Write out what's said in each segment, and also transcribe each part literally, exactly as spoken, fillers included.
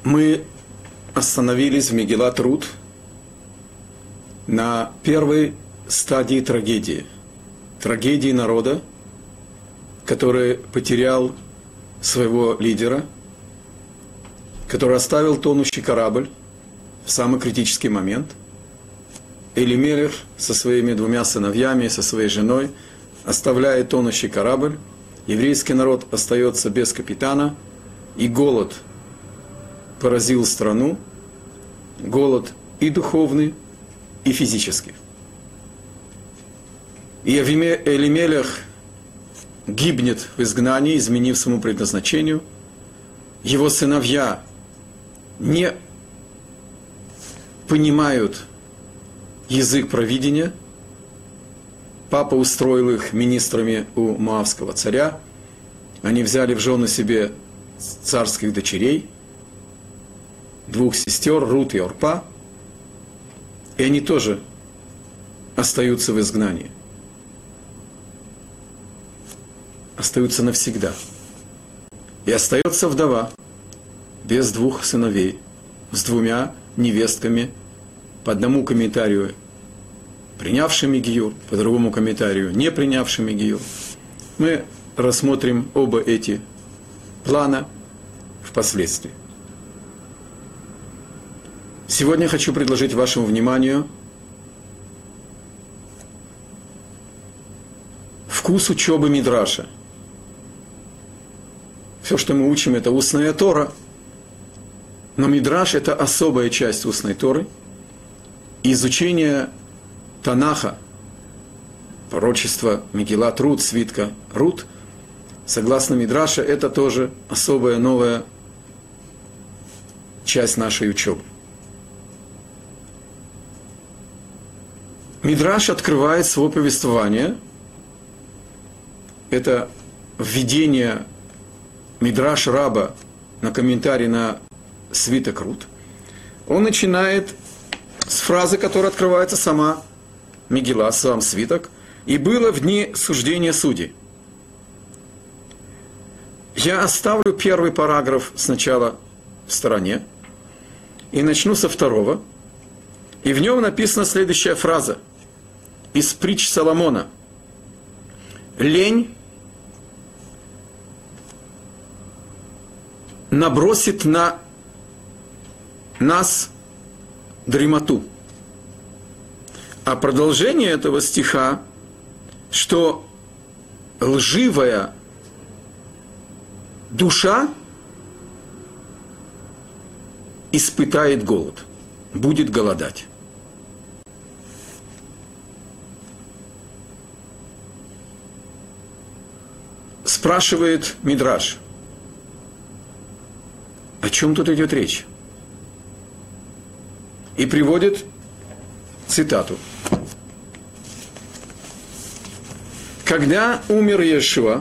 Мы остановились в Мегилат Рут на первой стадии трагедии. Трагедии народа, который потерял своего лидера, который оставил тонущий корабль в самый критический момент. Элимелех со своими двумя сыновьями, со своей женой оставляет тонущий корабль. Еврейский народ остается без капитана, и голод поразил страну, голод и духовный, и физический. И Элимелех гибнет в изгнании, изменив своему предназначению. Его сыновья не понимают язык провидения. Папа устроил их министрами у моавского царя. Они взяли в жены себе царских дочерей, двух сестер, Рут и Орпа. И они тоже остаются в изгнании. Остаются навсегда. И остается вдова без двух сыновей, с двумя невестками, по одному комментарию принявшими гиюр, по другому комментарию не принявшими гиюр. Мы рассмотрим оба эти плана впоследствии. Сегодня хочу предложить вашему вниманию вкус учебы Мидраша. Все, что мы учим, это устная Тора. Но Мидраш – это особая часть устной Торы. И изучение Танаха, пророчества Мегилат Рут, свитка Рут, согласно Мидраша, это тоже особая новая часть нашей учебы. Мидраш открывает свое повествование. Это введение Мидраш Раба на комментарий на свиток Рут. Он начинает с фразы, которая открывается сама Мегила, сам свиток. «И было в дни суждения судей». Я оставлю первый параграф сначала в стороне и начну со второго. И в нем написана следующая фраза из притч Соломона. «Лень набросит на нас дремоту». А продолжение этого стиха, что лживая душа испытает голод, будет голодать. Спрашивает Мидраш, о чем тут идет речь? И приводит цитату. Когда умер Иешуа,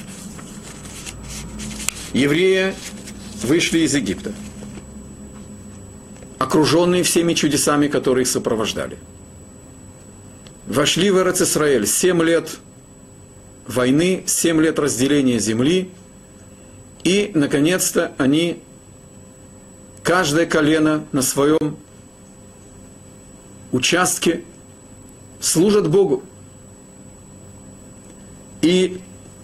евреи вышли из Египта, окруженные всеми чудесами, которые их сопровождали. Вошли в Эрец-Исраэль, семь лет войны, семь лет разделения земли, и, наконец-то, они, каждое колено на своем участке, служат Богу. И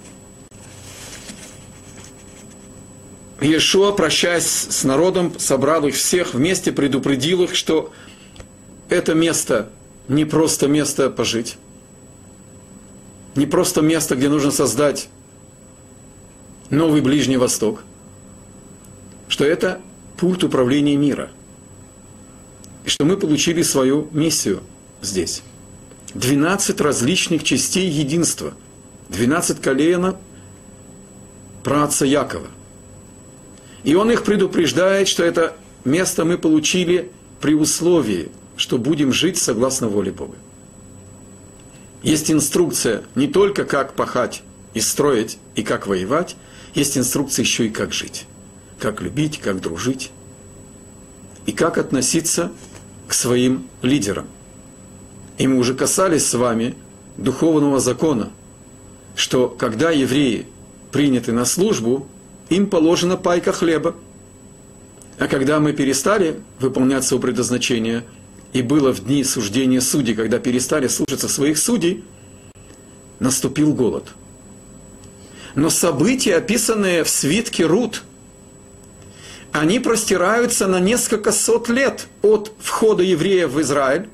Иешуа, прощаясь с народом, собрал их всех вместе, предупредил их, что это место не просто место пожить, не просто место, где нужно создать новый Ближний Восток, что это пульт управления мира, и что мы получили свою миссию здесь. двенадцать различных частей единства, двенадцать колена праотца Якова. И он их предупреждает, что это место мы получили при условии, что будем жить согласно воле Бога. Есть инструкция не только как пахать и строить, и как воевать, есть инструкция еще и как жить, как любить, как дружить, и как относиться к своим лидерам. И мы уже касались с вами духовного закона, что когда евреи приняты на службу, им положена пайка хлеба. А когда мы перестали выполнять свое предназначение, и было в дни суждения судей, когда перестали слушаться своих судей, наступил голод. Но события, описанные в свитке Рут, они простираются на несколько сот лет от входа евреев в Израиль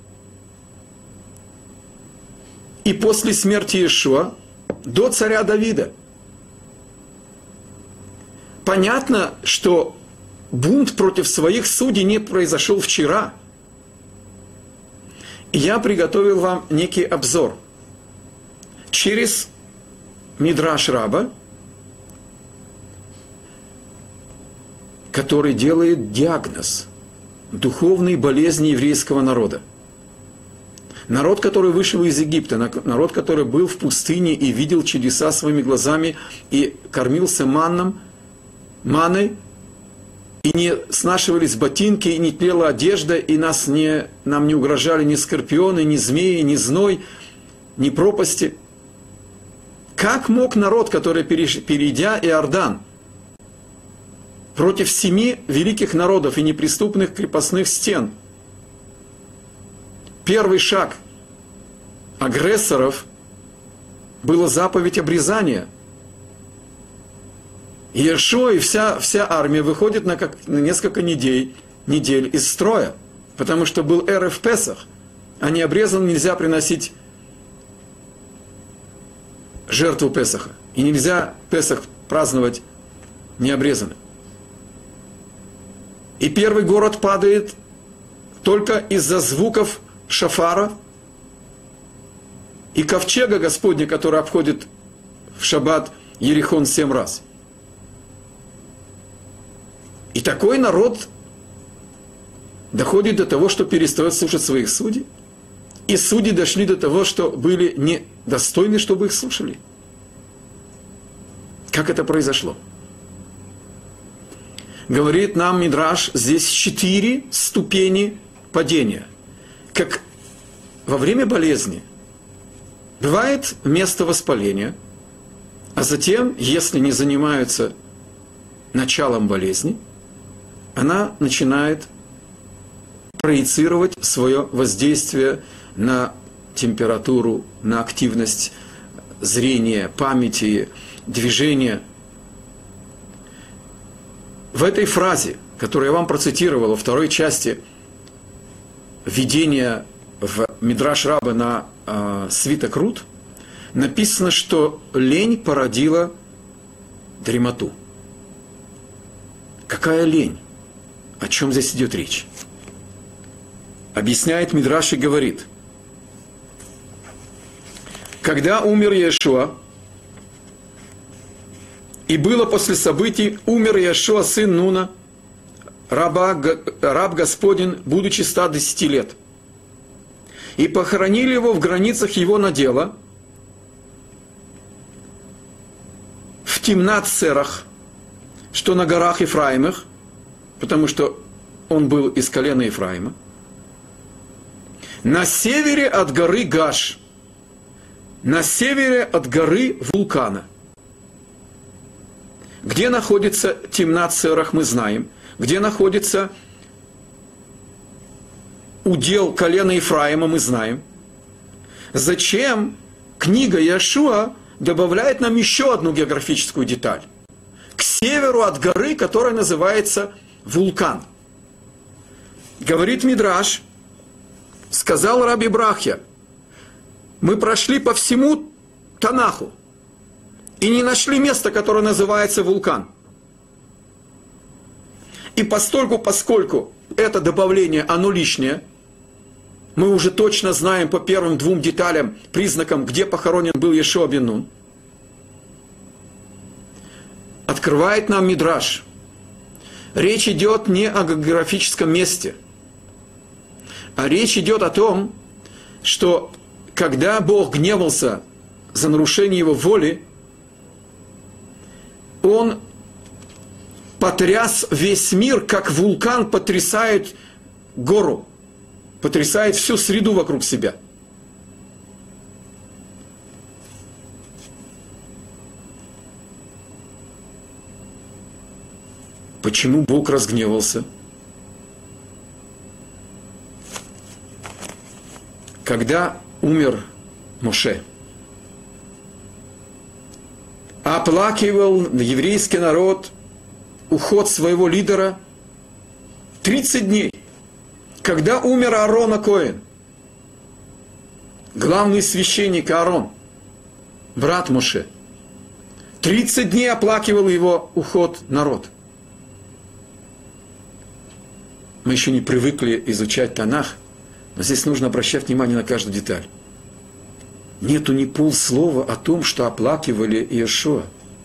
и после смерти Иешуа до царя Давида. Понятно, что бунт против своих судей не произошел вчера. Я приготовил вам некий обзор через Мидраш Раба, который делает диагноз духовной болезни еврейского народа. Народ, который вышел из Египта, народ, который был в пустыне и видел чудеса своими глазами и кормился манном, маной, и не снашивались ботинки, и не тлела одежда, и нас не, нам не угрожали ни скорпионы, ни змеи, ни зной, ни пропасти. Как мог народ, который, перейдя Иордан, против семи великих народов и неприступных крепостных стен, первый шаг агрессоров была заповедь обрезания. И Иешуа и вся, вся армия выходит на, как, на несколько недель, недель из строя, потому что был Эрев Песах, а не обрезан нельзя приносить жертву Песаха. И нельзя Песах праздновать необрезанным. И первый город падает только из-за звуков шафара и ковчега Господня, который обходит в шаббат Ерихон семь раз. И такой народ доходит до того, что перестает слушать своих судей. И судьи дошли до того, что были недостойны, чтобы их слушали. Как это произошло? Говорит нам Мидраш, здесь четыре ступени падения. Как во время болезни бывает место воспаления, а затем, если не занимаются началом болезни, она начинает проецировать свое воздействие на температуру, на активность зрения, памяти, движения. В этой фразе, которую я вам процитировал во второй части введения в Мидраш Раба на э, свиток Рут, написано, что лень породила дремоту. Какая лень? О чем здесь идет речь? Объясняет Мидраш и говорит: когда умер Иешуа, и было после событий, умер Иешуа, сын Нуна, раба, раб Господень, будучи ста десяти лет. И похоронили его в границах его надела, в Тимнат-Серах, что на горах Ефраимых, потому что он был из колена Ефраима, на севере от горы Гаш, на севере от горы вулкана. Где находится Тимнат-Серах, мы знаем. Где находится удел колена Ефраима, мы знаем. Зачем книга Иешуа добавляет нам еще одну географическую деталь? К северу от горы, которая называется вулкан. Говорит Мидраш, сказал Раби Брахья, мы прошли по всему Танаху и не нашли места, которое называется вулкан. И постольку, поскольку это добавление, оно лишнее, мы уже точно знаем по первым двум деталям, признакам, где похоронен был Иешуа бен Нун. Открывает нам Мидраш. Речь идет не о географическом месте, а речь идет о том, что когда Бог гневался за нарушение его воли, Он потряс весь мир, как вулкан потрясает гору, потрясает всю среду вокруг себя. Почему Бог разгневался? Когда умер Моше, оплакивал еврейский народ уход своего лидера тридцать дней. Когда умер Аарон а-Коэн, главный священник Аарон, брат Моше, тридцать дней оплакивал его уход народ. Мы еще не привыкли изучать Танах, но здесь нужно обращать внимание на каждую деталь. Нету ни полслова о том, что оплакивали Иешуа.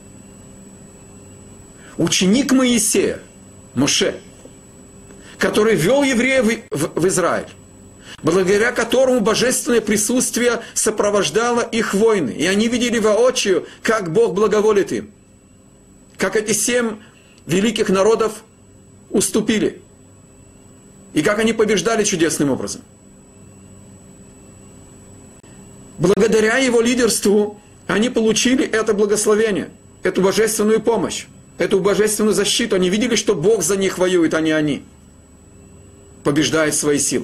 Ученик Моисея, Моше, который вел евреев в, в Израиль, благодаря которому божественное присутствие сопровождало их войны. И они видели воочию, как Бог благоволит им. Как эти семь великих народов уступили. И как они побеждали чудесным образом. Благодаря его лидерству они получили это благословение, эту божественную помощь, эту божественную защиту. Они видели, что Бог за них воюет, а не они. Побеждает своей силой.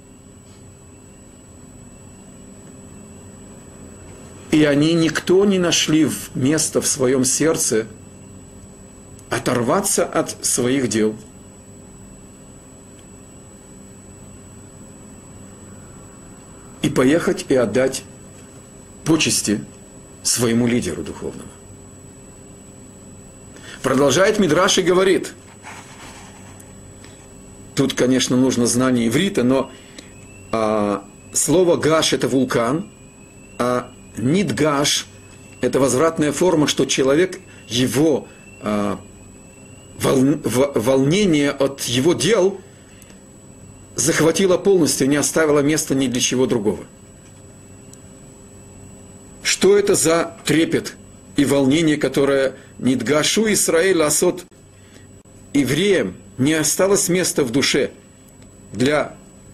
И они, никто не нашли места в своем сердце оторваться от своих дел. И поехать и отдать почести своему лидеру духовному. Продолжает Мидраш и говорит, тут, конечно, нужно знание иврита, но а, слово «гаш» – это вулкан, а «нидгаш» – это возвратная форма, что человек, его а, вол, в, волнение от его дел захватило полностью, не оставило места ни для чего другого. Что это за трепет и волнение, которое «нидгашу Исраэль асот» евреям не осталось места в душе для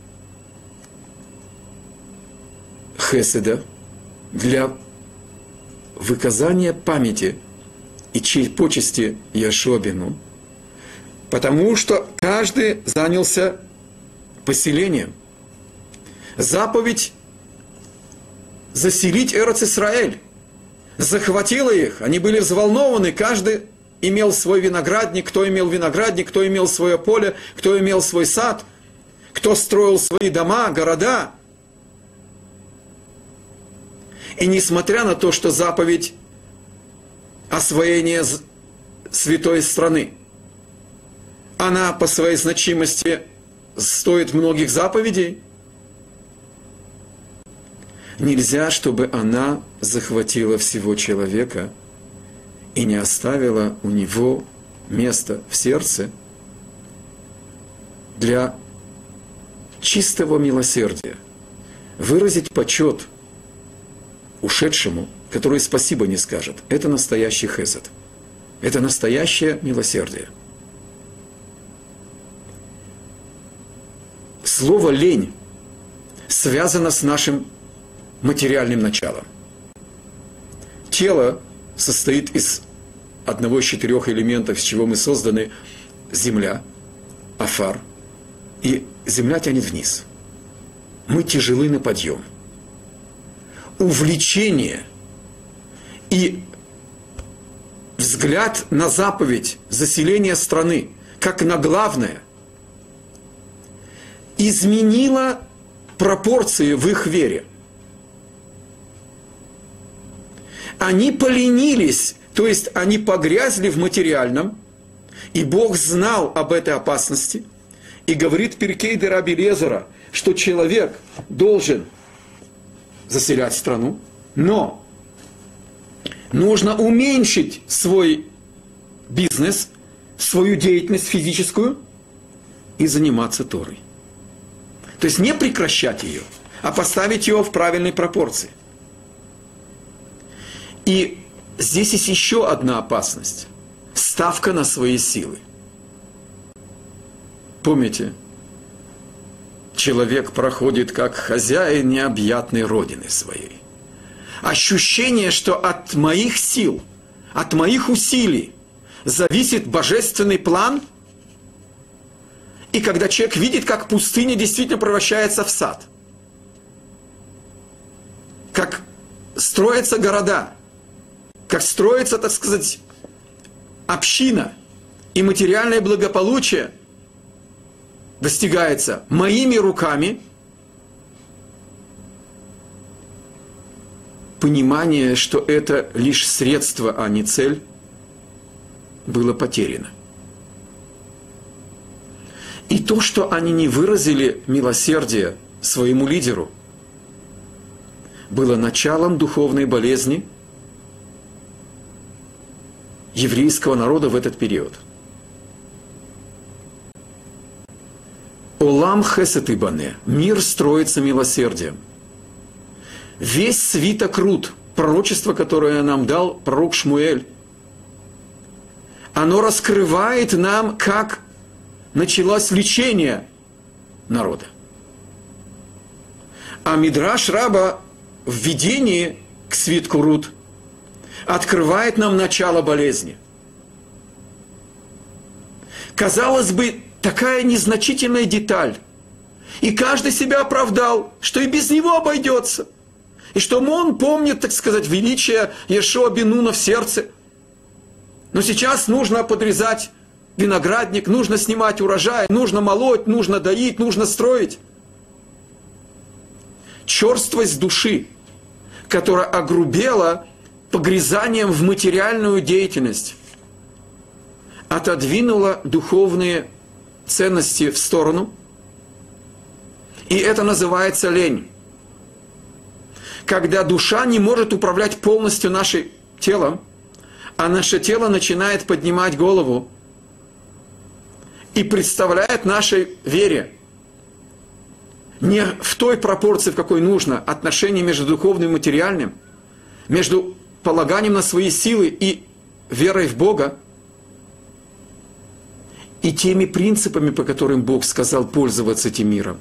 хеседа, для выказания памяти и почести Йешуа бену, потому что каждый занялся поселением. Заповедь заселить Эрец-Исраэль захватила их, они были взволнованы, каждый имел свой виноградник, кто имел виноградник, кто имел свое поле, кто имел свой сад, кто строил свои дома, города. И несмотря на то, что заповедь освоения святой страны, она по своей значимости стоит многих заповедей, нельзя, чтобы она захватила всего человека и не оставила у него места в сердце для чистого милосердия, выразить почет ушедшему, который спасибо не скажет. Это настоящий хесед. Это настоящее милосердие. Слово «лень» связано с нашим материальным началом. Тело состоит из одного из четырех элементов, из чего мы созданы: земля, афар, и земля тянет вниз. Мы тяжелы на подъем. Увлечение и взгляд на заповедь заселения страны, как на главное, изменило пропорции в их вере. Они поленились, то есть они погрязли в материальном, и Бог знал об этой опасности, и говорит Пиркей де Раби Элиэзера, что человек должен заселять страну, но нужно уменьшить свой бизнес, свою деятельность физическую и заниматься Торой. То есть не прекращать ее, а поставить ее в правильной пропорции. И здесь есть еще одна опасность. Ставка на свои силы. Помните, человек проходит как хозяин необъятной родины своей. Ощущение, что от моих сил, от моих усилий зависит божественный план. И когда человек видит, как пустыня действительно превращается в сад, как строятся города, как строится, так сказать, община, и материальное благополучие достигается моими руками, понимание, что это лишь средство, а не цель, было потеряно. И то, что они не выразили милосердие своему лидеру, было началом духовной болезни еврейского народа в этот период. Олам хесед и бане. Мир строится милосердием. Весь свиток Рут, пророчество, которое нам дал пророк Шмуэль, оно раскрывает нам, как началось лечение народа. А Мидраш Раба в введении к свитку Рут открывает нам начало болезни. Казалось бы, такая незначительная деталь. И каждый себя оправдал, что и без него обойдется. И что он помнит, так сказать, величие Йешуа бен Нуна в сердце. Но сейчас нужно подрезать виноградник, нужно снимать урожай, нужно молоть, нужно доить, нужно строить. Черствость души, которая огрубела погрязанием в материальную деятельность, отодвинула духовные ценности в сторону. И это называется лень. Когда душа не может управлять полностью нашим телом, а наше тело начинает поднимать голову и представляет нашей вере не в той пропорции, в какой нужно, отношение между духовным и материальным, между полаганием на свои силы и верой в Бога, и теми принципами, по которым Бог сказал пользоваться этим миром,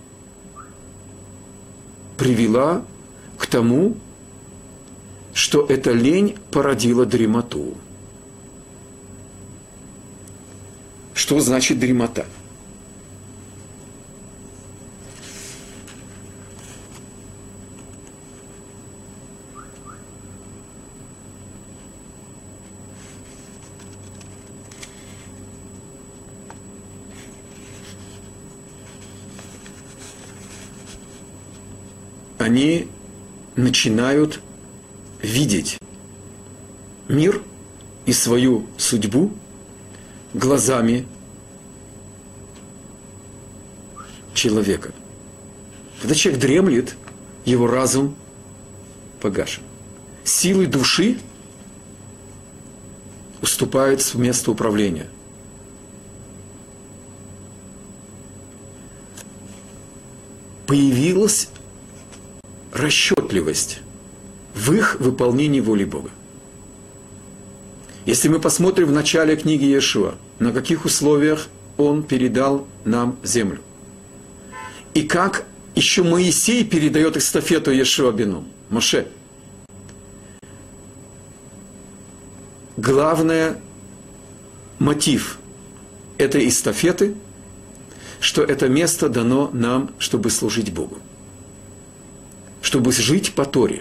привела к тому, что эта лень породила дремоту. Что значит дремота? Они начинают видеть мир и свою судьбу глазами человека. Когда человек дремлет, его разум погашен. Силы души уступают в место управления. Появилась расчетливость в их выполнении воли Бога. Если мы посмотрим в начале книги Йешуа, на каких условиях Он передал нам землю, и как еще Моисей передает эстафету Йешуа бену, Моше. Главный мотив этой эстафеты, что это место дано нам, чтобы служить Богу, чтобы жить по Торе.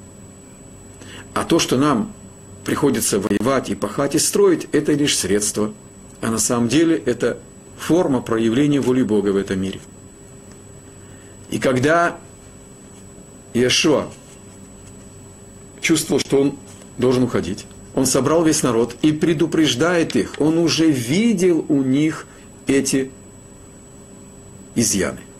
А то, что нам приходится воевать и пахать и строить, это лишь средство. А на самом деле это форма проявления воли Бога в этом мире. И когда Йешуа чувствовал, что он должен уходить, он собрал весь народ и предупреждает их. Он уже видел у них эти изъяны.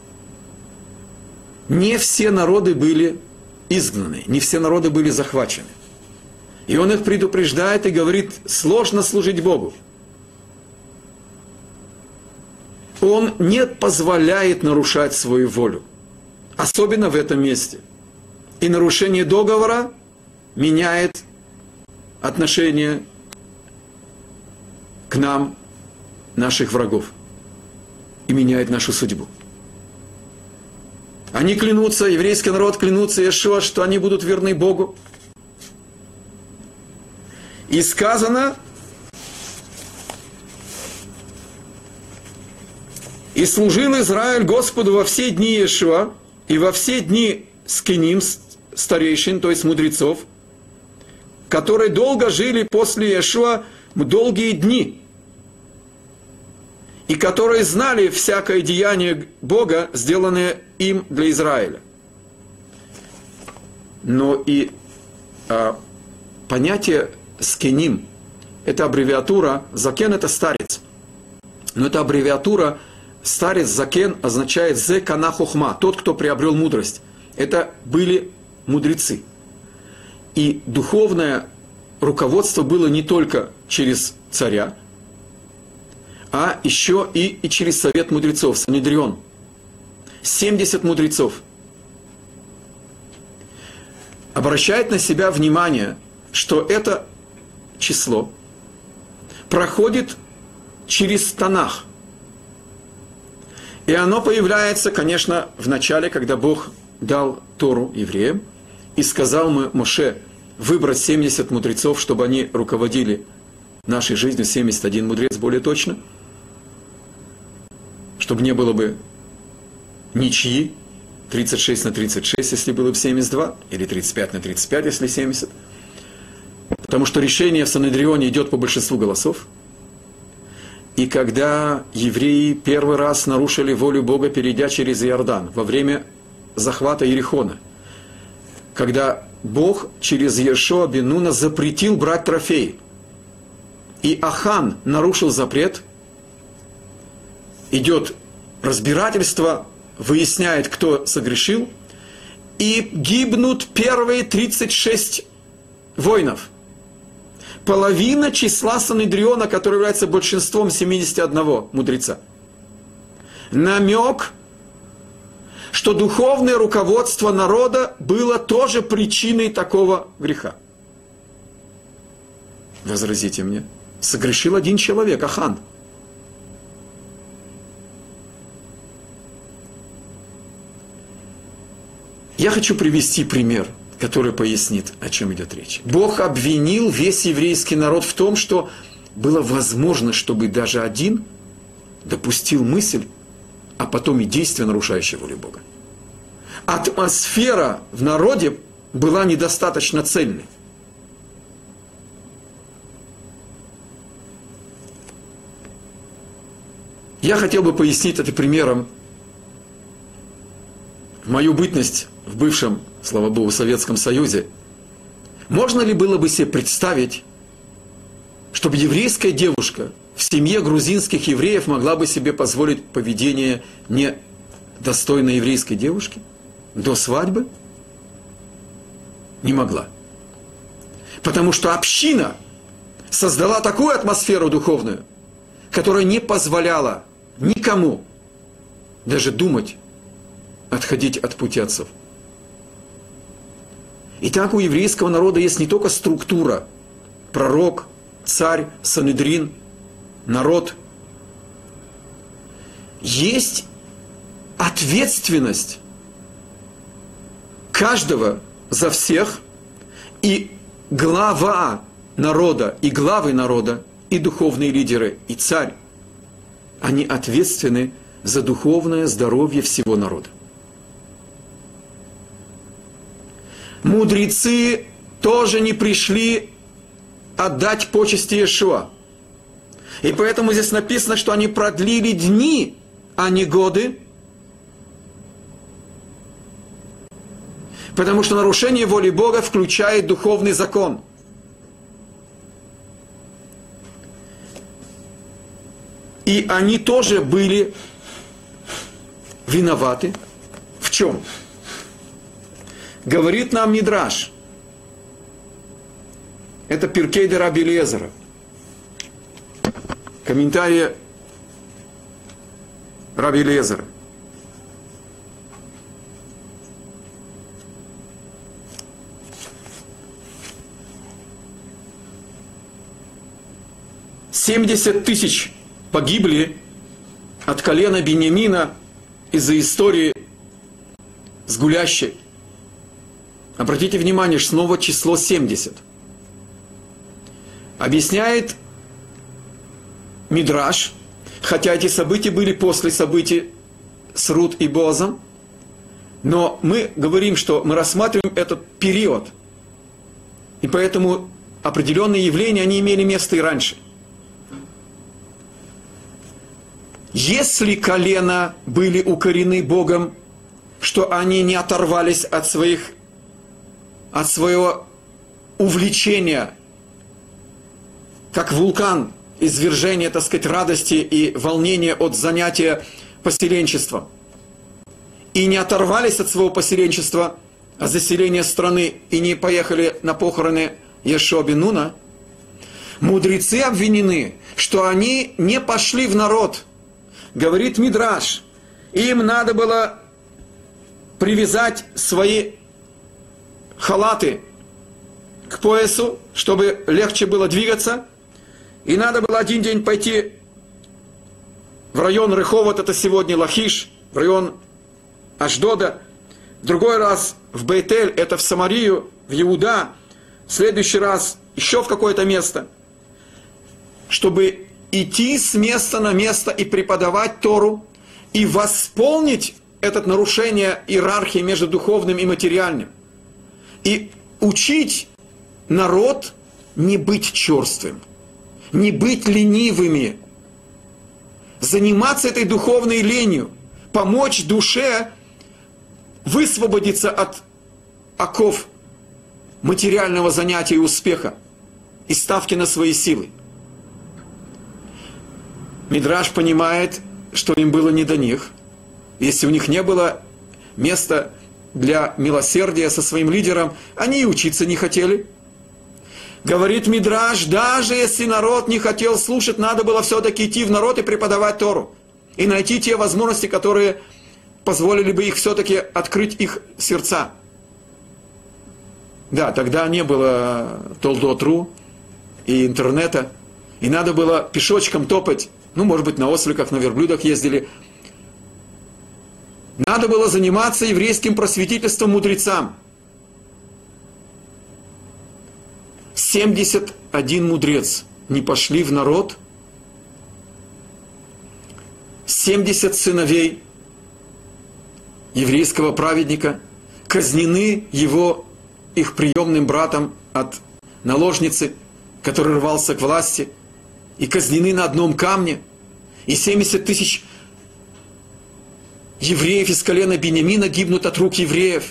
Не все народы были изгнаны, не все народы были захвачены. И он их предупреждает и говорит, сложно служить Богу. Он не позволяет нарушать свою волю, особенно в этом месте. И нарушение договора меняет отношение к нам, наших врагов, и меняет нашу судьбу. Они клянутся, еврейский народ клянутся Йешуа, что они будут верны Богу. И сказано, И служил Израиль Господу во все дни Иешуа и во все дни скиним, старейшин, то есть мудрецов, которые долго жили после Иешуа долгие дни, и которые знали всякое деяние Бога, сделанное им для Израиля. Но и а, понятие скиним – это аббревиатура, закен – это старец, но это аббревиатура, старец закен означает зе кана хохма, тот, кто приобрел мудрость. Это были мудрецы. И духовное руководство было не только через царя, а еще и, и через совет мудрецов, Санедрион. семьдесят мудрецов. Обращает на себя внимание, что это число проходит через Танах. И оно появляется, конечно, в начале, когда Бог дал Тору евреям, и сказал Моше выбрать семьдесят мудрецов, чтобы они руководили нашей жизнью, семьдесят один мудрец более точно, чтобы не было бы ничьи, тридцать шесть на тридцать шесть, если было бы семьдесят два, или тридцать пять на тридцать пять, если семьдесят. Потому что решение в Санедрионе идет по большинству голосов. И когда евреи первый раз нарушили волю Бога, перейдя через Иордан, во время захвата Иерихона, когда Бог через Иешуа бен Нуна запретил брать трофеи, и Ахан нарушил запрет, идет разбирательство, выясняет, кто согрешил, и гибнут первые тридцать шесть воинов. Половина числа Санедриона, который является большинством семидесяти одного мудреца. Намек, что духовное руководство народа было тоже причиной такого греха. Возразите мне, согрешил один человек, Ахан. Я хочу привести пример, который пояснит, о чем идет речь. Бог обвинил весь еврейский народ в том, что было возможно, чтобы даже один допустил мысль, а потом и действие, нарушающее волю Бога. Атмосфера в народе была недостаточно цельной. Я хотел бы пояснить это примером в мою бытность в бывшем, слава Богу, Советском Союзе. Можно ли было бы себе представить, чтобы еврейская девушка в семье грузинских евреев могла бы себе позволить поведение недостойной еврейской девушки до свадьбы? Не могла. Потому что община создала такую атмосферу духовную, которая не позволяла никому даже думать отходить от пути отцов. Итак, у еврейского народа есть не только структура, пророк, царь, Санедрин, народ. Есть ответственность каждого за всех, и глава народа, и главы народа, и духовные лидеры, и царь, они ответственны за духовное здоровье всего народа. Мудрецы тоже не пришли отдать почести Иешуа. И поэтому здесь написано, что они продлили дни, а не годы. Потому что нарушение воли Бога включает духовный закон. И они тоже были виноваты. В чем? Говорит нам Мидраш. Это Пиркей де Раби Элиэзера. Комментарий Раби Элиэзера. семьдесят тысяч погибли от колена Биньямина из-за истории с гулящей. Обратите внимание, что снова число семьдесят. Объясняет Мидраш, Хотя эти события были после событий с Рут и Боазом, но мы говорим, что мы рассматриваем этот период, и поэтому определенные явления, они имели место и раньше. Если колена были укорены Богом, что они не оторвались от своих, от своего увлечения, как вулкан, извержения, так сказать, радости и волнения от занятия поселенчеством, и не оторвались от своего поселенчества, от заселения страны, и не поехали на похороны Йешуа бен Нуна, мудрецы обвинены, что они не пошли в народ. Говорит Мидраш, им надо было привязать свои халаты к поясу, чтобы легче было двигаться, и надо было один день пойти в район Реховот, это сегодня Лахиш, в район Ашдода, в другой раз в Бейтель, это в Самарию, в Иуда, в следующий раз еще в какое-то место, чтобы идти с места на место и преподавать Тору, и восполнить это нарушение иерархии между духовным и материальным, и учить народ не быть черствым, не быть ленивыми, заниматься этой духовной ленью, помочь душе высвободиться от оков материального занятия и успеха и ставки на свои силы. Мидраш понимает, что им было не до них. Если у них не было места для милосердия со своим лидером, они и учиться не хотели. Говорит Мидраш, даже если народ не хотел слушать, надо было все-таки идти в народ и преподавать Тору. И найти те возможности, которые позволили бы их все-таки открыть их сердца. Да, тогда не было Толдот.ру и интернета. И надо было пешочком топать. Ну, может быть, на осликах, на верблюдах ездили. Надо было заниматься еврейским просветительством мудрецам. семьдесят один мудрец не пошли в народ. семьдесят сыновей еврейского праведника казнены его, их приемным братом от наложницы, который рвался к власти, и казнены на одном камне, и семьдесят тысяч евреев из колена Биньямина гибнут от рук евреев.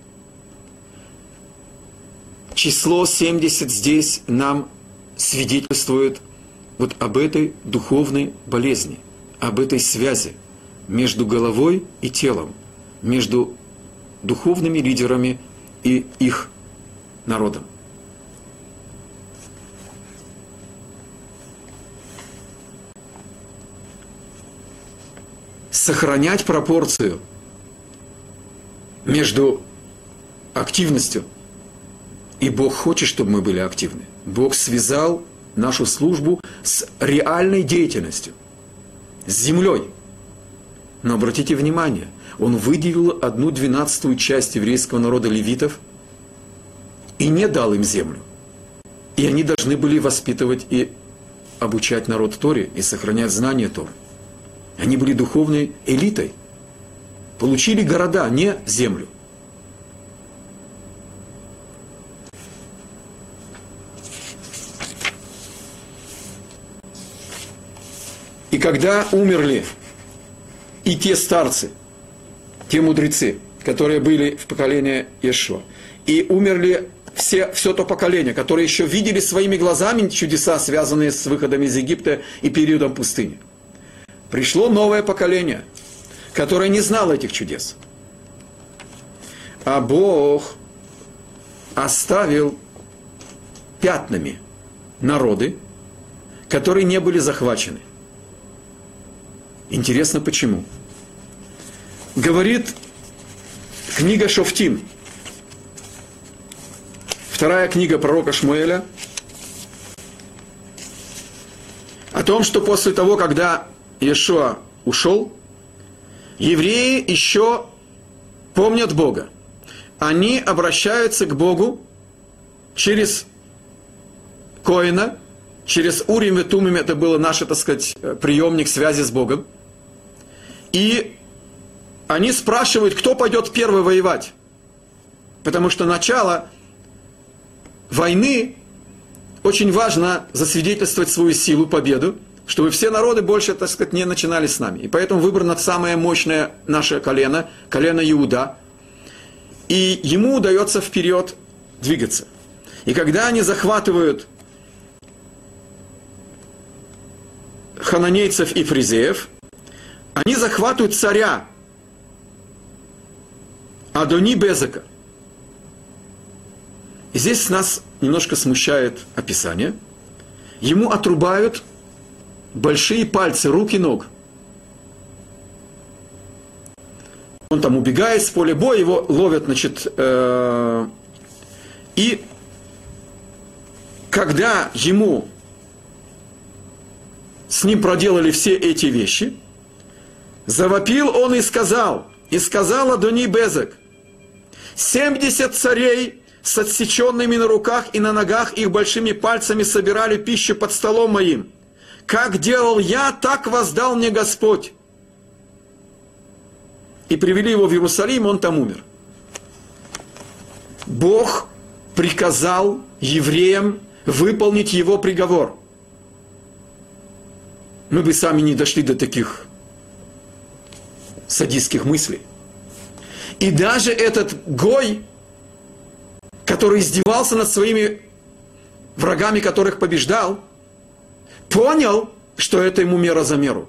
Число семьдесят здесь нам свидетельствует вот об этой духовной болезни, об этой связи между головой и телом, между духовными лидерами и их народом. Сохранять пропорцию между активностью, и Бог хочет, чтобы мы были активны. Бог связал нашу службу с реальной деятельностью, с землей. Но обратите внимание, Он выделил одну двенадцатую часть еврейского народа левитов и не дал им землю. И они должны были воспитывать и обучать народ Торе и сохранять знания Торы. Они были духовной элитой. Получили города, не землю. И когда умерли и те старцы, те мудрецы, которые были в поколении Йешуа, и умерли все, все то поколение, которое еще видели своими глазами чудеса, связанные с выходом из Египта и периодом пустыни, пришло новое поколение, которое не знало этих чудес. А Бог оставил пятнами народы, которые не были захвачены. Интересно, почему? Говорит книга Шофтим, вторая книга пророка Шмуэля, о том, что после того, когда Йешуа ушел, евреи еще помнят Бога. Они обращаются к Богу через Коэна, Через Урим и Тумим это было наш, так сказать, приемник связи с Богом. И они спрашивают, кто пойдет первый воевать. Потому что начало войны очень важно засвидетельствовать свою силу, победу, чтобы все народы больше, так сказать, не начинали с нами. И поэтому выбрано самое мощное наше колено, колено Иуда. И ему удается вперед двигаться. И когда они захватывают хананейцев и фризеев, они захватывают царя Адони Безека. И здесь нас немножко смущает описание. Ему отрубают большие пальцы рук и ног. Он там убегает с поля боя, его ловят, значит, э, и когда ему с ним проделали все эти вещи, завопил он и сказал, и сказал Адони Безек, семьдесят царей с отсеченными на руках и на ногах их большими пальцами собирали пищу под столом моим. Как делал я, так воздал мне Господь. И привели его в Иерусалим, он там умер. Бог приказал евреям выполнить его приговор. Мы бы сами не дошли до таких садистских мыслей. И даже этот Гой, который издевался над своими врагами, которых побеждал, понял, что это ему мера за меру.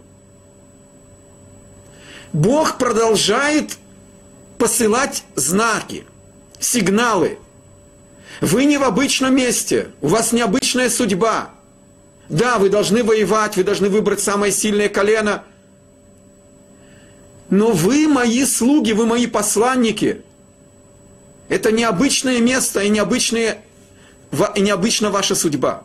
Бог продолжает посылать знаки, сигналы. Вы не в обычном месте, у вас необычная судьба. Да, вы должны воевать, вы должны выбрать самое сильное колено. Но вы мои слуги, вы мои посланники. Это необычное место и, необычное, и необычна ваша судьба.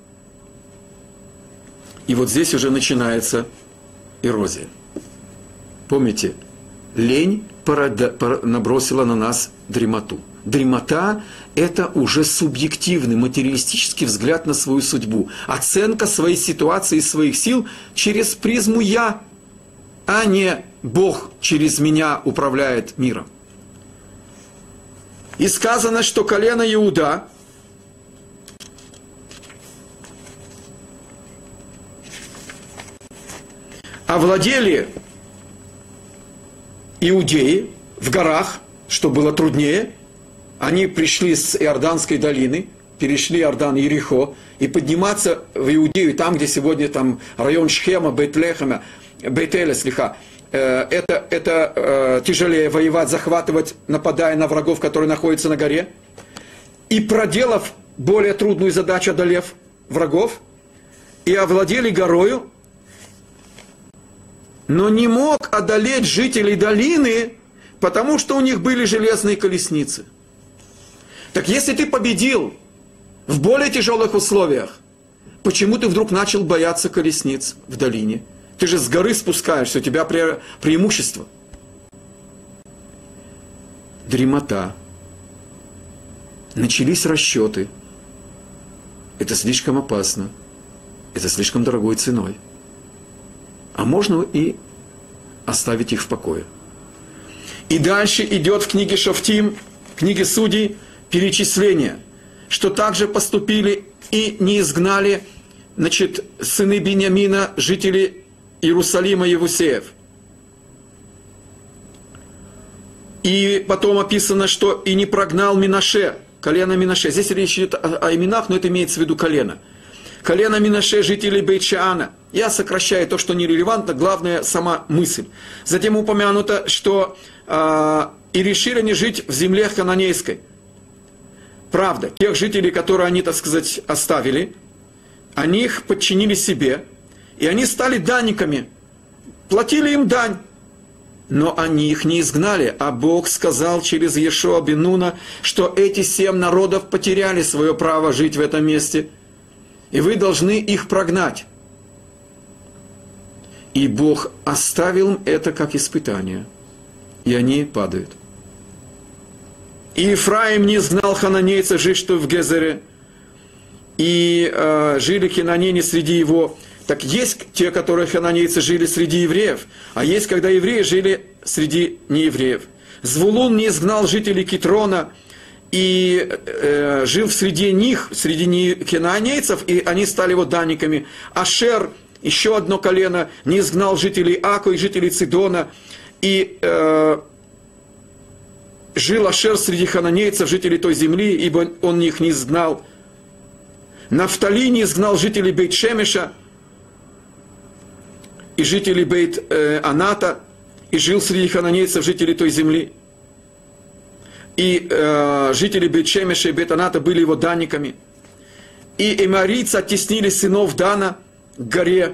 И вот здесь уже начинается эрозия. Помните, лень набросила на нас дремоту. Дремота – это уже субъективный, материалистический взгляд на свою судьбу. Оценка своей ситуации и своих сил через призму «я», а не Бог через меня управляет миром. И сказано, что колено Иуда овладели иудеи в горах, что было труднее. Они пришли с Иорданской долины, перешли Иордан, Иерихо, и подниматься в Иудею, там, где сегодня там район Шхема, Бейт-Лехема, Бейт-Эля, слиха, это, это э, тяжелее воевать, захватывать, нападая на врагов, которые находятся на горе. И проделав более трудную задачу, одолев врагов, и овладели горою, но не мог одолеть жителей долины, потому что у них были железные колесницы. Так если ты победил в более тяжелых условиях, почему ты вдруг начал бояться колесниц в долине? Ты же с горы спускаешься, у тебя пре- преимущество. Дремота. Начались расчеты. Это слишком опасно. Это слишком дорогой ценой. А можно и оставить их в покое. И дальше идет в книге Шофтим, в книге Судей, перечисление, что также поступили и не изгнали, значит, сыны Биньямина, жители Иерусалима, Евусеев. И потом описано, что и не прогнал Минаше, колено Минаше. Здесь речь идет о, о именах, но это имеется в виду колено. Колено Минаше, жителей Бейт-Шаана. Я сокращаю то, что нерелевантно, главное сама мысль. Затем упомянуто, что э, и решили они жить в земле хананейской. Правда, тех жителей, которые они, так сказать, оставили, они их подчинили себе, и они стали данниками, платили им дань. Но они их не изгнали, а Бог сказал через Йешуа бен Нуна, что эти семь народов потеряли свое право жить в этом месте, и вы должны их прогнать. И Бог оставил им это как испытание, и они падают. И Ефраим не изгнал хананейца, жившего в Гезере, и э, жили хананейцы среди его. Так есть те, которые хананейцы жили среди евреев, а есть, когда евреи жили среди неевреев. Звулун не изгнал жителей Китрона и э, жил среди них, среди хананейцев, и они стали его данниками. Ашер, еще одно колено, не изгнал жителей Аку и жителей Цидона, и э, жил Ашер среди хананейцев, жителей той земли, ибо он их не изгнал. Нафтали не изгнал жителей Бейт-Шемеша и жителей Бейт-Аната, и жил среди хананейцев, жителей той земли. И э, жители Бейт-Шемеша и Бейт-Аната были его данниками. И эморийцы оттеснили сынов Дана к горе.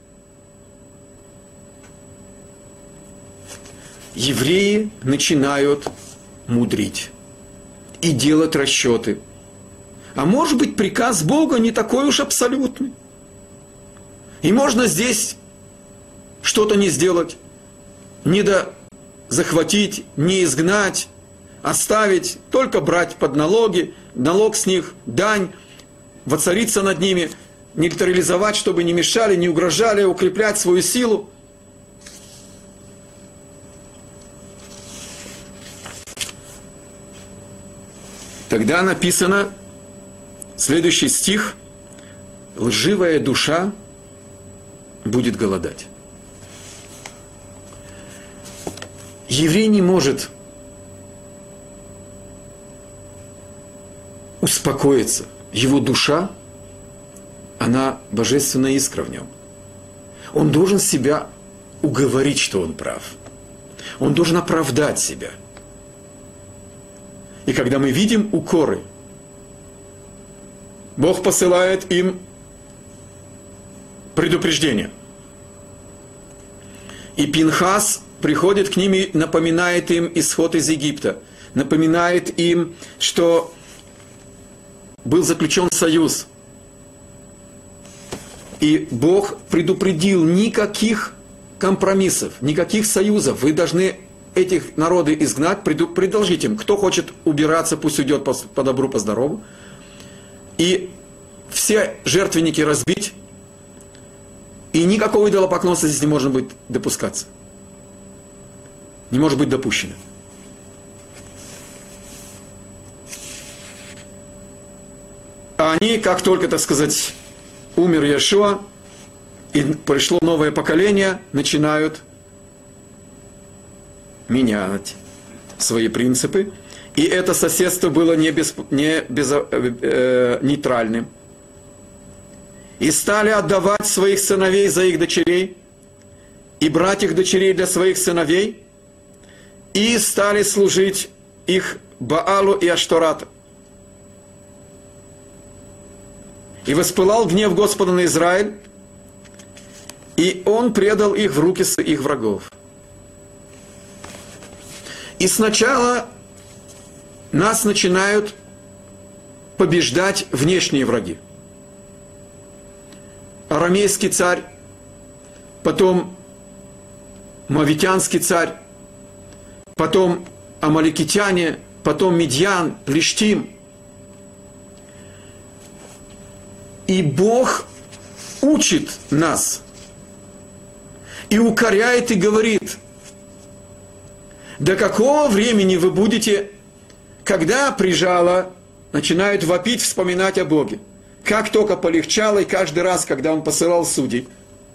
Евреи начинают мудрить и делать расчеты. А может быть, приказ Бога не такой уж абсолютный. И можно здесь что-то не сделать, не до захватить, не изгнать, оставить, только брать под налоги, налог с них, дань, воцариться над ними, нейтрализовать, чтобы не мешали, не угрожали, укреплять свою силу. Тогда написано, следующий стих: лживая душа будет голодать. Еврей не может успокоиться. Его душа, она божественная искра в нем. Он должен себя уговорить, что он прав. Он должен оправдать себя. И когда мы видим укоры, Бог посылает им предупреждение. И Пинхас приходит к ним и напоминает им исход из Египта. Напоминает им, что был заключен союз. И Бог предупредил: никаких компромиссов, никаких союзов. Вы должны этих народы изгнать, предложить им. Кто хочет убираться, пусть уйдет по, по добру, по здорову. И все жертвенники разбить. И никакого идолопоклонства здесь не может быть допускаться. Не может быть допущено. А они, как только, так сказать, умер Иешуа, и пришло новое поколение, начинают менять свои принципы. И это соседство было не, без, не без, э, э, нейтральным. И стали отдавать своих сыновей за их дочерей, и брать их дочерей для своих сыновей, и стали служить их Баалу и Аштарату. И воспылал гнев Господа на Израиль, и он предал их в руки их врагов. И сначала нас начинают побеждать внешние враги. Арамейский царь, потом Моавитянский царь, потом амаликитяне, потом Медьян, Плештим. И Бог учит нас и укоряет и говорит: до какого времени вы будете, когда прижало, начинают вопить, вспоминать о Боге. Как только полегчало, и каждый раз, когда он посылал судей,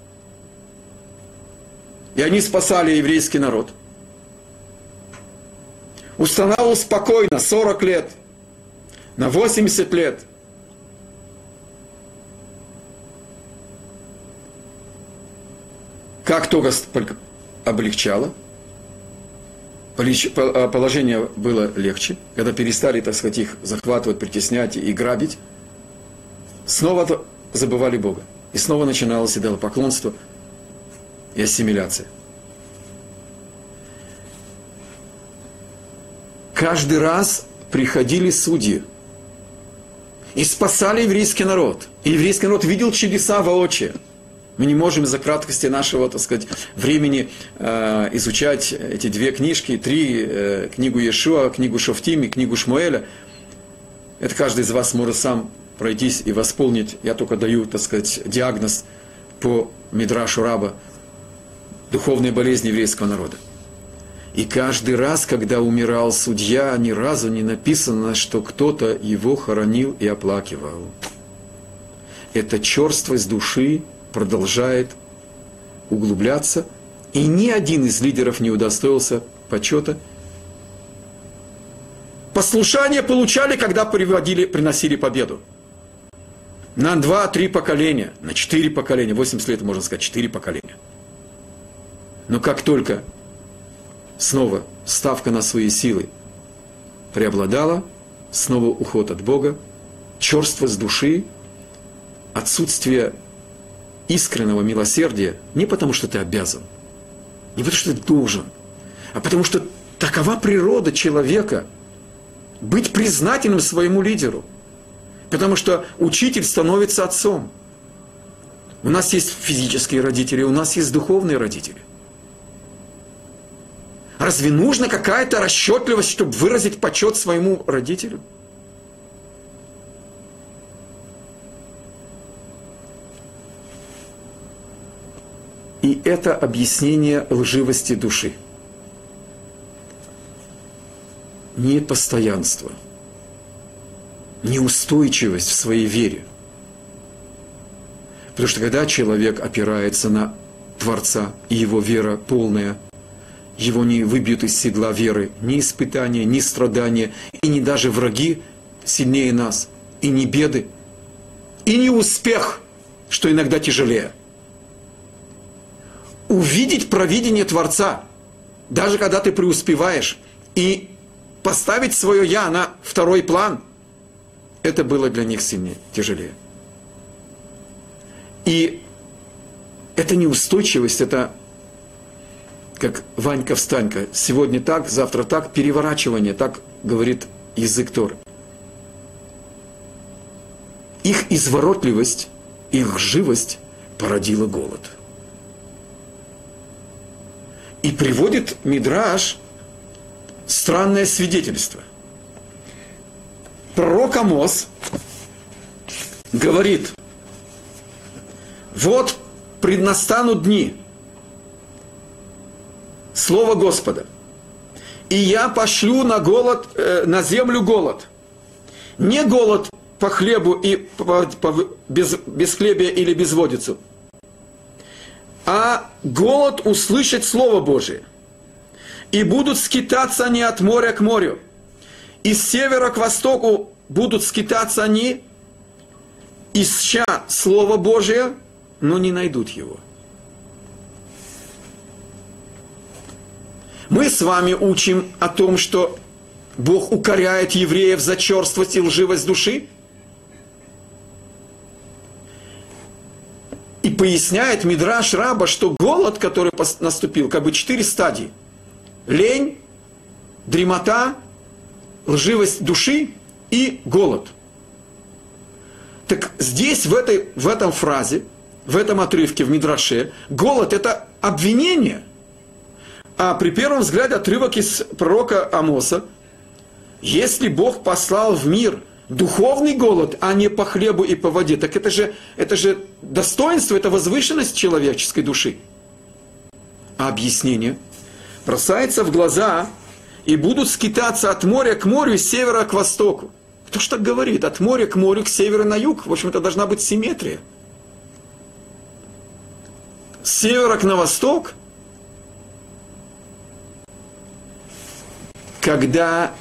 и они спасали еврейский народ, устанавливал спокойно сорок лет, на восемьдесят лет. Как только облегчало, положение было легче, когда перестали, так сказать, их захватывать, притеснять и грабить, снова забывали Бога. И снова начиналось идолопоклонство и ассимиляция. Каждый раз приходили судьи и спасали еврейский народ. И еврейский народ видел чудеса воочию. Мы не можем из-за краткости нашего, так сказать, времени э, изучать эти две книжки, три, э, книгу Иешуа, книгу Шофтим и книгу Шмуэля. Это каждый из вас может сам пройтись и восполнить, я только даю, так сказать, диагноз по Мидрашу Раба, духовной болезни еврейского народа. И каждый раз, когда умирал судья, ни разу не написано, что кто-то его хоронил и оплакивал. Эта черствость души продолжает углубляться, и ни один из лидеров не удостоился почета. Послушание получали, когда приводили, приносили победу. На два-три поколения, на четыре поколения, восемьдесят лет, можно сказать, четыре поколения. Но как только снова ставка на свои силы преобладала, снова уход от Бога, черствость души, отсутствие искреннего милосердия, не потому что ты обязан, не потому что ты должен, а потому что такова природа человека быть признательным своему лидеру, потому что учитель становится отцом. У нас есть физические родители, у нас есть духовные родители. Разве нужна какая-то расчетливость, чтобы выразить почет своему родителю? И это объяснение лживости души. Непостоянство, неустойчивость в своей вере. Потому что когда человек опирается на Творца, и его вера полная, его не выбьют из седла веры ни испытания, ни страдания, и не даже враги сильнее нас, и не беды, и не успех, что иногда тяжелее. Увидеть провидение Творца, даже когда ты преуспеваешь, и поставить свое «я» на второй план, это было для них сильнее, тяжелее. И эта неустойчивость, это как Ванька-встанька, сегодня так, завтра так, переворачивание, так говорит язык Торы. Их изворотливость, их живость породила голод. И приводит Мидраш странное свидетельство. Пророк Амос говорит: вот преднастанут дни, слово Господа, и я пошлю на голод, э, на землю голод. Не голод по хлебу и по, по, без, без хлебия или безводицу, а голод услышать Слово Божие. И будут скитаться они от моря к морю. И с севера к востоку будут скитаться они, ища Слово Божие, но не найдут его. Мы с вами учим о том, что Бог укоряет евреев за черствость и лживость души. И поясняет Мидраш Раба, что голод, который наступил, как бы четыре стадии. Лень, дремота, лживость души и голод. Так здесь, в этой, в этом фразе, в этом отрывке, в Мидраше, голод – это обвинение. А при первом взгляде отрывок из пророка Амоса: если Бог послал в мир духовный голод, а не по хлебу и по воде, так это же, это же достоинство, это возвышенность человеческой души. А объяснение бросается в глаза: и будут скитаться от моря к морю, с севера к востоку. Кто ж так говорит? От моря к морю, к северу на юг. В общем, это должна быть симметрия. С севера к на восток. Когда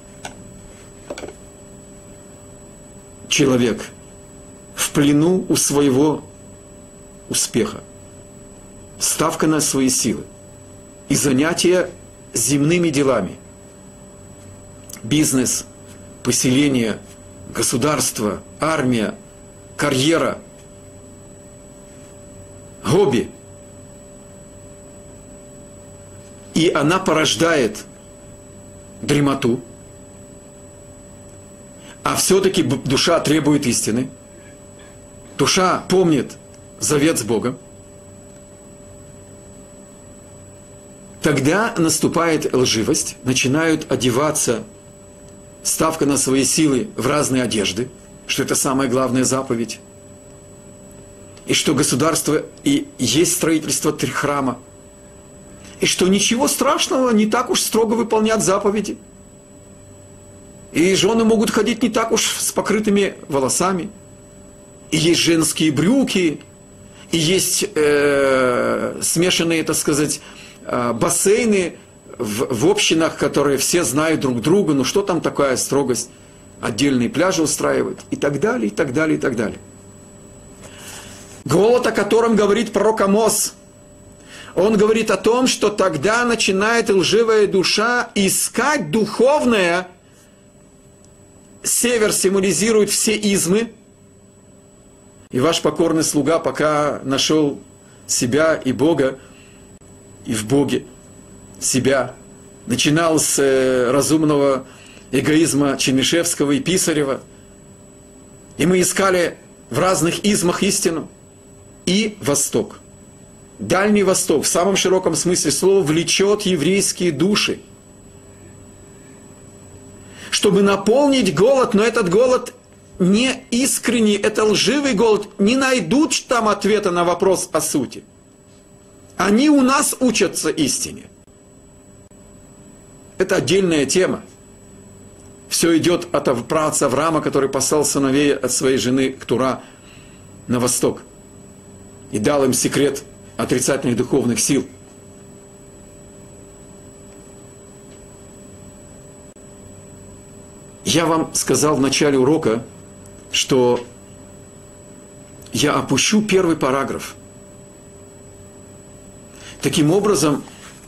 человек в плену у своего успеха, ставка на свои силы и занятия земными делами, бизнес, поселение, государство, армия, карьера, хобби, и она порождает дремоту, а все-таки душа требует истины, душа помнит завет с Богом, тогда наступает лживость, начинают одеваться, ставка на свои силы, в разные одежды, что это самая главная заповедь, и что государство и есть строительство три храма, и что ничего страшного, не так уж строго выполнять заповеди. И жены могут ходить не так уж с покрытыми волосами. И есть женские брюки, и есть э, смешанные, так сказать, э, бассейны в, в общинах, которые все знают друг друга. Ну что там такая строгость? Отдельные пляжи устраивают. И так далее, и так далее, и так далее. Голод, о котором говорит пророк Амос, он говорит о том, что тогда начинает лживая душа искать духовное. Север символизирует все измы. И ваш покорный слуга пока нашел себя и Бога, и в Боге себя. Начинал с э, разумного эгоизма Чернышевского и Писарева. И мы искали в разных измах истину. И Восток. Дальний Восток, в самом широком смысле слова, влечет еврейские души. Чтобы наполнить голод, но этот голод не искренний, это лживый голод, не найдут там ответа на вопрос о сути. Они у нас учатся истине. Это отдельная тема. Все идет от праотца Авраама, который послал сыновей от своей жены Ктура на восток и дал им секрет отрицательных духовных сил. Я вам сказал в начале урока, что я опущу первый параграф. Таким образом,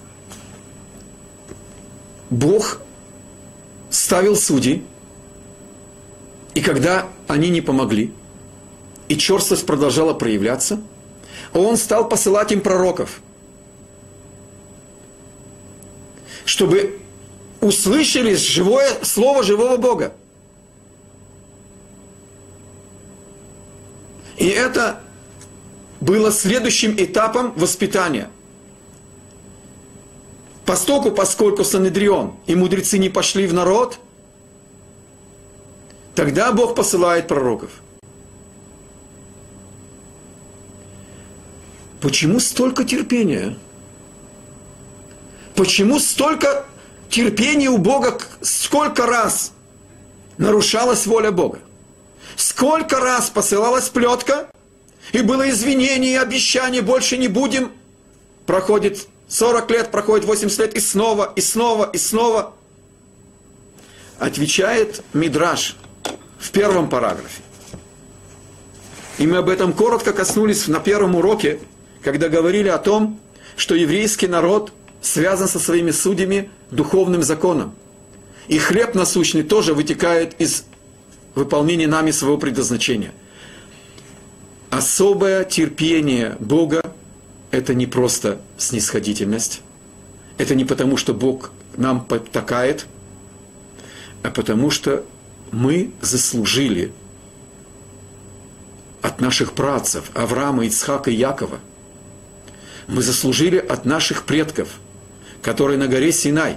Бог ставил судей, и когда они не помогли, и черствость продолжала проявляться, Он стал посылать им пророков, чтобы услышали живое слово живого Бога. И это было следующим этапом воспитания. Постоку, поскольку Санедрион и мудрецы не пошли в народ, тогда Бог посылает пророков. Почему столько терпения? Почему столько терпения у Бога? Сколько раз нарушалась воля Бога? Сколько раз посылалась плетка, и было извинение и обещание, больше не будем. Проходит сорок лет, проходит восемьдесят лет, и снова, и снова, и снова. Отвечает Мидраш в первом параграфе. И мы об этом коротко коснулись на первом уроке, когда говорили о том, что еврейский народ связан со своими судьями духовным законом. И хлеб насущный тоже вытекает из выполнения нами своего предназначения. Особое терпение Бога – это не просто снисходительность. Это не потому, что Бог нам потакает, а потому что мы заслужили от наших праотцев Авраама, Ицхака и Якова. Мы заслужили от наших предков, которые на горе Синай.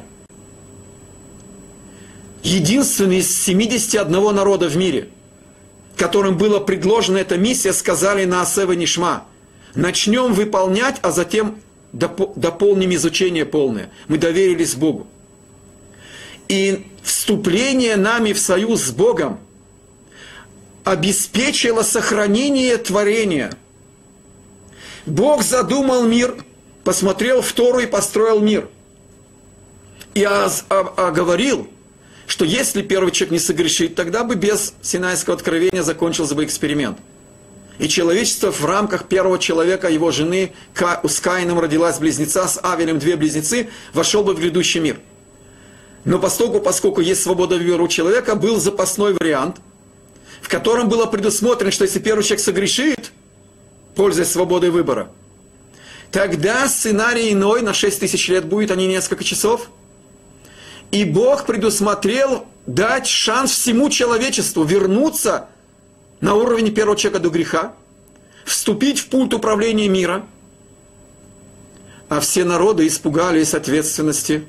Единственный из семидесяти одного народа в мире, которым была предложена эта миссия, сказали на Асева Нишма: начнем выполнять, а затем дополним изучение полное. Мы доверились Богу. И вступление нами в союз с Богом обеспечило сохранение творения. Бог задумал мир, посмотрел в Тору и построил мир. И оговорил, что если первый человек не согрешит, тогда бы без Синайского откровения закончился бы эксперимент. И человечество в рамках первого человека, его жены, с Каином родилась близнеца, с Авелем две близнецы, вошел бы в грядущий мир. Но поскольку, поскольку есть свобода выбора у человека, был запасной вариант, в котором было предусмотрено, что если первый человек согрешит, пользуясь свободой выбора, тогда сценарий иной, на шесть тысяч лет будет, а не несколько часов. И Бог предусмотрел дать шанс всему человечеству вернуться на уровень первого человека до греха, вступить в пульт управления мира. А все народы испугались ответственности,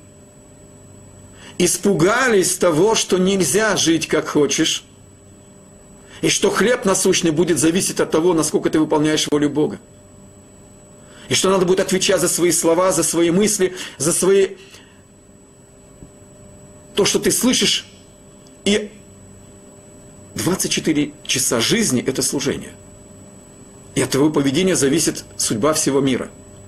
испугались того, что нельзя жить как хочешь. И что хлеб насущный будет зависеть от того, насколько ты выполняешь волю Бога. И что надо будет отвечать за свои слова, за свои мысли, за свои... то, что ты слышишь. И двадцать четыре часа жизни – это служение. И от твоего поведения зависит судьба всего мира.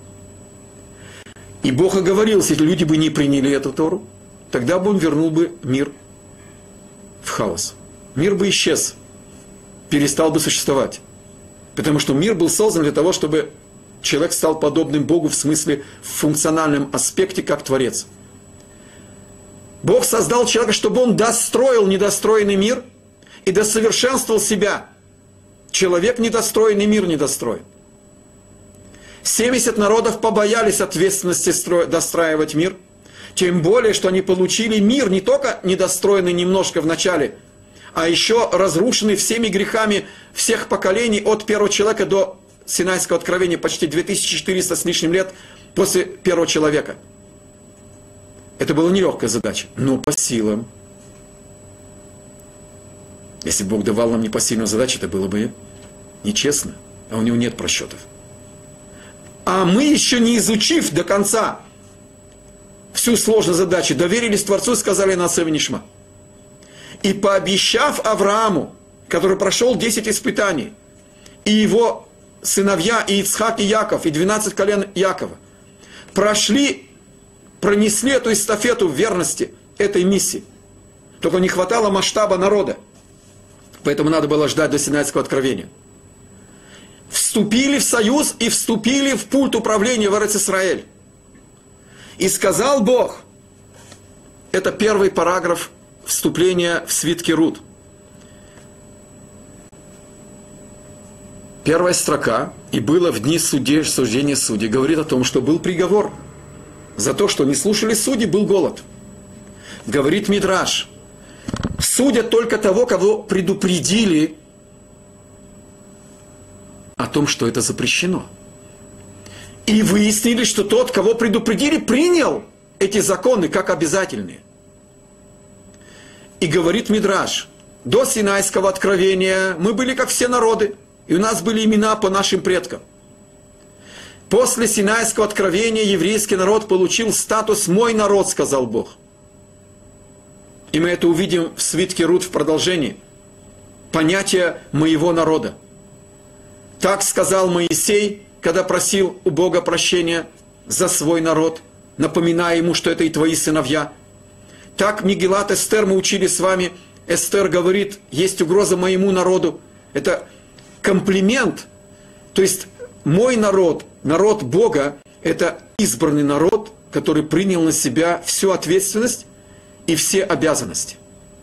И Бог оговорил, если люди бы не приняли эту Тору, тогда бы Он вернул бы мир в хаос. Мир бы исчез, перестал бы существовать. Потому что мир был создан для того, чтобы человек стал подобным Богу в смысле, в функциональном аспекте, как Творец. Бог создал человека, чтобы он достроил недостроенный мир и досовершенствовал себя. Человек недостроенный, мир недостроен. семьдесят народов побоялись ответственности достраивать мир, тем более, что они получили мир не только недостроенный немножко в начале, а еще разрушенный всеми грехами всех поколений от первого человека до Синайского откровения, почти две тысячи четыреста с лишним лет после первого человека. Это была нелегкая задача, но по силам. Если Бог давал нам непосильную задачу, это было бы нечестно, а у Него нет просчетов. А мы, еще не изучив до конца всю сложную задачу, доверились Творцу и сказали на Асев Нишма. И пообещав Аврааму, который прошел десять испытаний, и его сыновья, и Ицхак, и Яков, и двенадцать колен Якова, прошли, пронесли эту эстафету в верности этой миссии. Только не хватало масштаба народа. Поэтому надо было ждать до Синайского откровения. Вступили в союз и вступили в пульт управления в Эрец-Исраэль. И сказал Бог, это первый параграф вступления в свитке Рут. Первая строка, и было в дни судей, суждения судей, говорит о том, что был приговор. За то, что не слушали судей, был голод. Говорит Мидраш, судят только того, кого предупредили о том, что это запрещено. И выяснили, что тот, кого предупредили, принял эти законы как обязательные. И говорит Мидраш, до Синайского откровения мы были как все народы, и у нас были имена по нашим предкам. После Синайского откровения еврейский народ получил статус «мой народ», сказал Бог. И мы это увидим в свитке Рут в продолжении. Понятие «моего народа». Так сказал Моисей, когда просил у Бога прощения за свой народ, напоминая ему, что это и твои сыновья. Так Мегилат Эстер мы учили с вами. Эстер говорит, есть угроза моему народу. Это комплимент. То есть мой народ, народ Бога, это избранный народ, который принял на себя всю ответственность и все обязанности.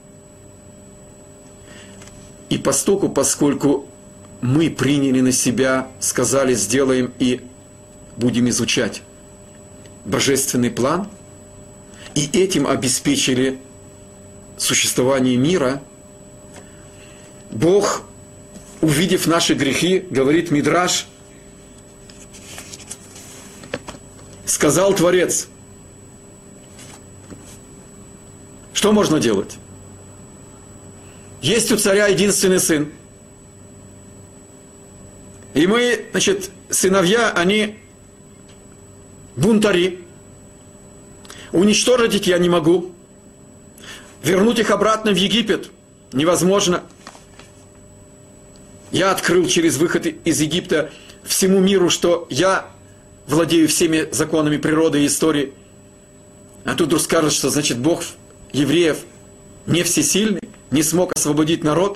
И поскольку, поскольку мы приняли на себя, сказали, сделаем и будем изучать божественный план, и этим обеспечили существование мира, Бог, увидев наши грехи, говорит Мидраш, сказал Творец, что можно делать? Есть у царя единственный сын. И мы, значит, сыновья, они бунтари. Уничтожить их я не могу. Вернуть их обратно в Египет невозможно. Я открыл через выход из Египта всему миру, что я владею всеми законами природы и истории. А тут вдруг скажут, что, значит, Бог евреев не всесильный, не смог освободить народ.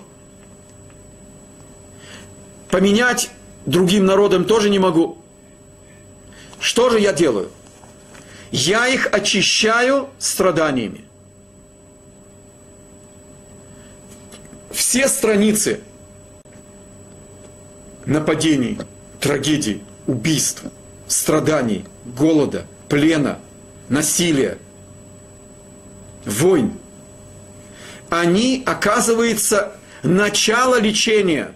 Поменять другим народам тоже не могу. Что же я делаю? Я их очищаю страданиями. Все страницы нападений, трагедий, убийств, страданий, голода, плена, насилия, войн, они, оказывается, начало лечения.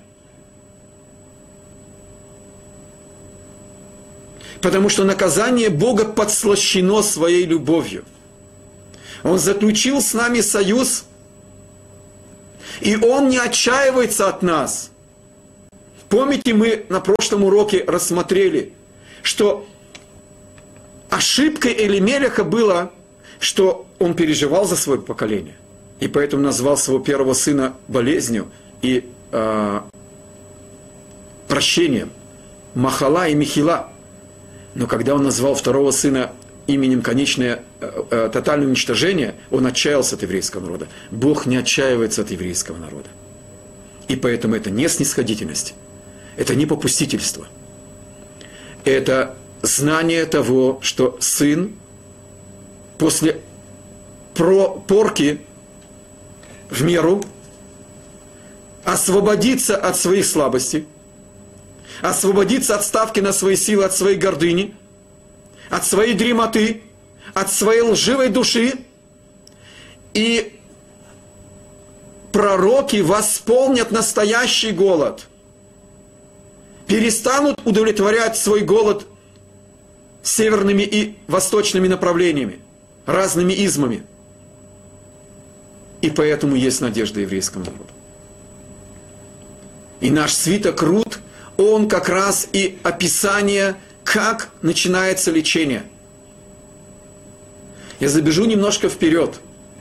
Потому что наказание Бога подслащено своей любовью. Он заключил с нами союз, И Он не отчаивается от нас. Помните, мы на прошлом уроке рассмотрели, что ошибкой Элимелеха было, что он переживал за свое поколение. И поэтому назвал своего первого сына болезнью и э, прощением. Махала и Михила. Но когда он назвал второго сына именем конечное э, э, тотальное уничтожение, он отчаялся от еврейского народа. Бог не отчаивается от еврейского народа. И поэтому это не снисходительность, это не попустительство. Это знание того, что сын после порки в меру освободиться от своих слабостей, освободиться от ставки на свои силы, от своей гордыни, от своей дремоты, от своей лживой души. И пророки восполнят настоящий голод, перестанут удовлетворять свой голод северными и восточными направлениями, разными измами. И поэтому есть надежда еврейскому народу. И наш свиток Рут, он как раз и описание, как начинается лечение. Я забежу немножко вперед.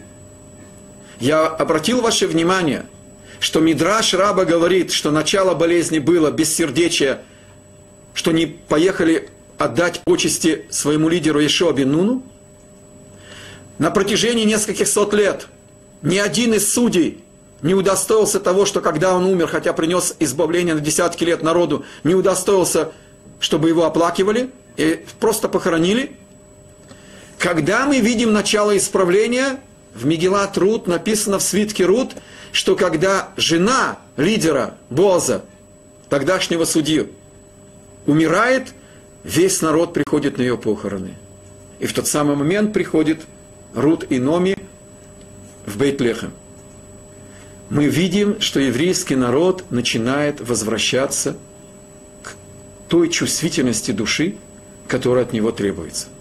Я обратил ваше внимание, что Мидраш Раба говорит, что начало болезни было бессердечие, что не поехали отдать почести своему лидеру Йешуа бен Нуну. На протяжении нескольких сот лет ни один из судей не удостоился того, что когда он умер, хотя принес избавление на десятки лет народу, не удостоился, чтобы его оплакивали и просто похоронили. Когда мы видим начало исправления, в Мегилат Рут написано в свитке Рут, что когда жена лидера Боаза, тогдашнего судьи, умирает, весь народ приходит на ее похороны. И в тот самый момент приходит Рут и Номи в Бейт-Лехем. Мы видим, что еврейский народ начинает возвращаться к той чувствительности души, которая от него требуется.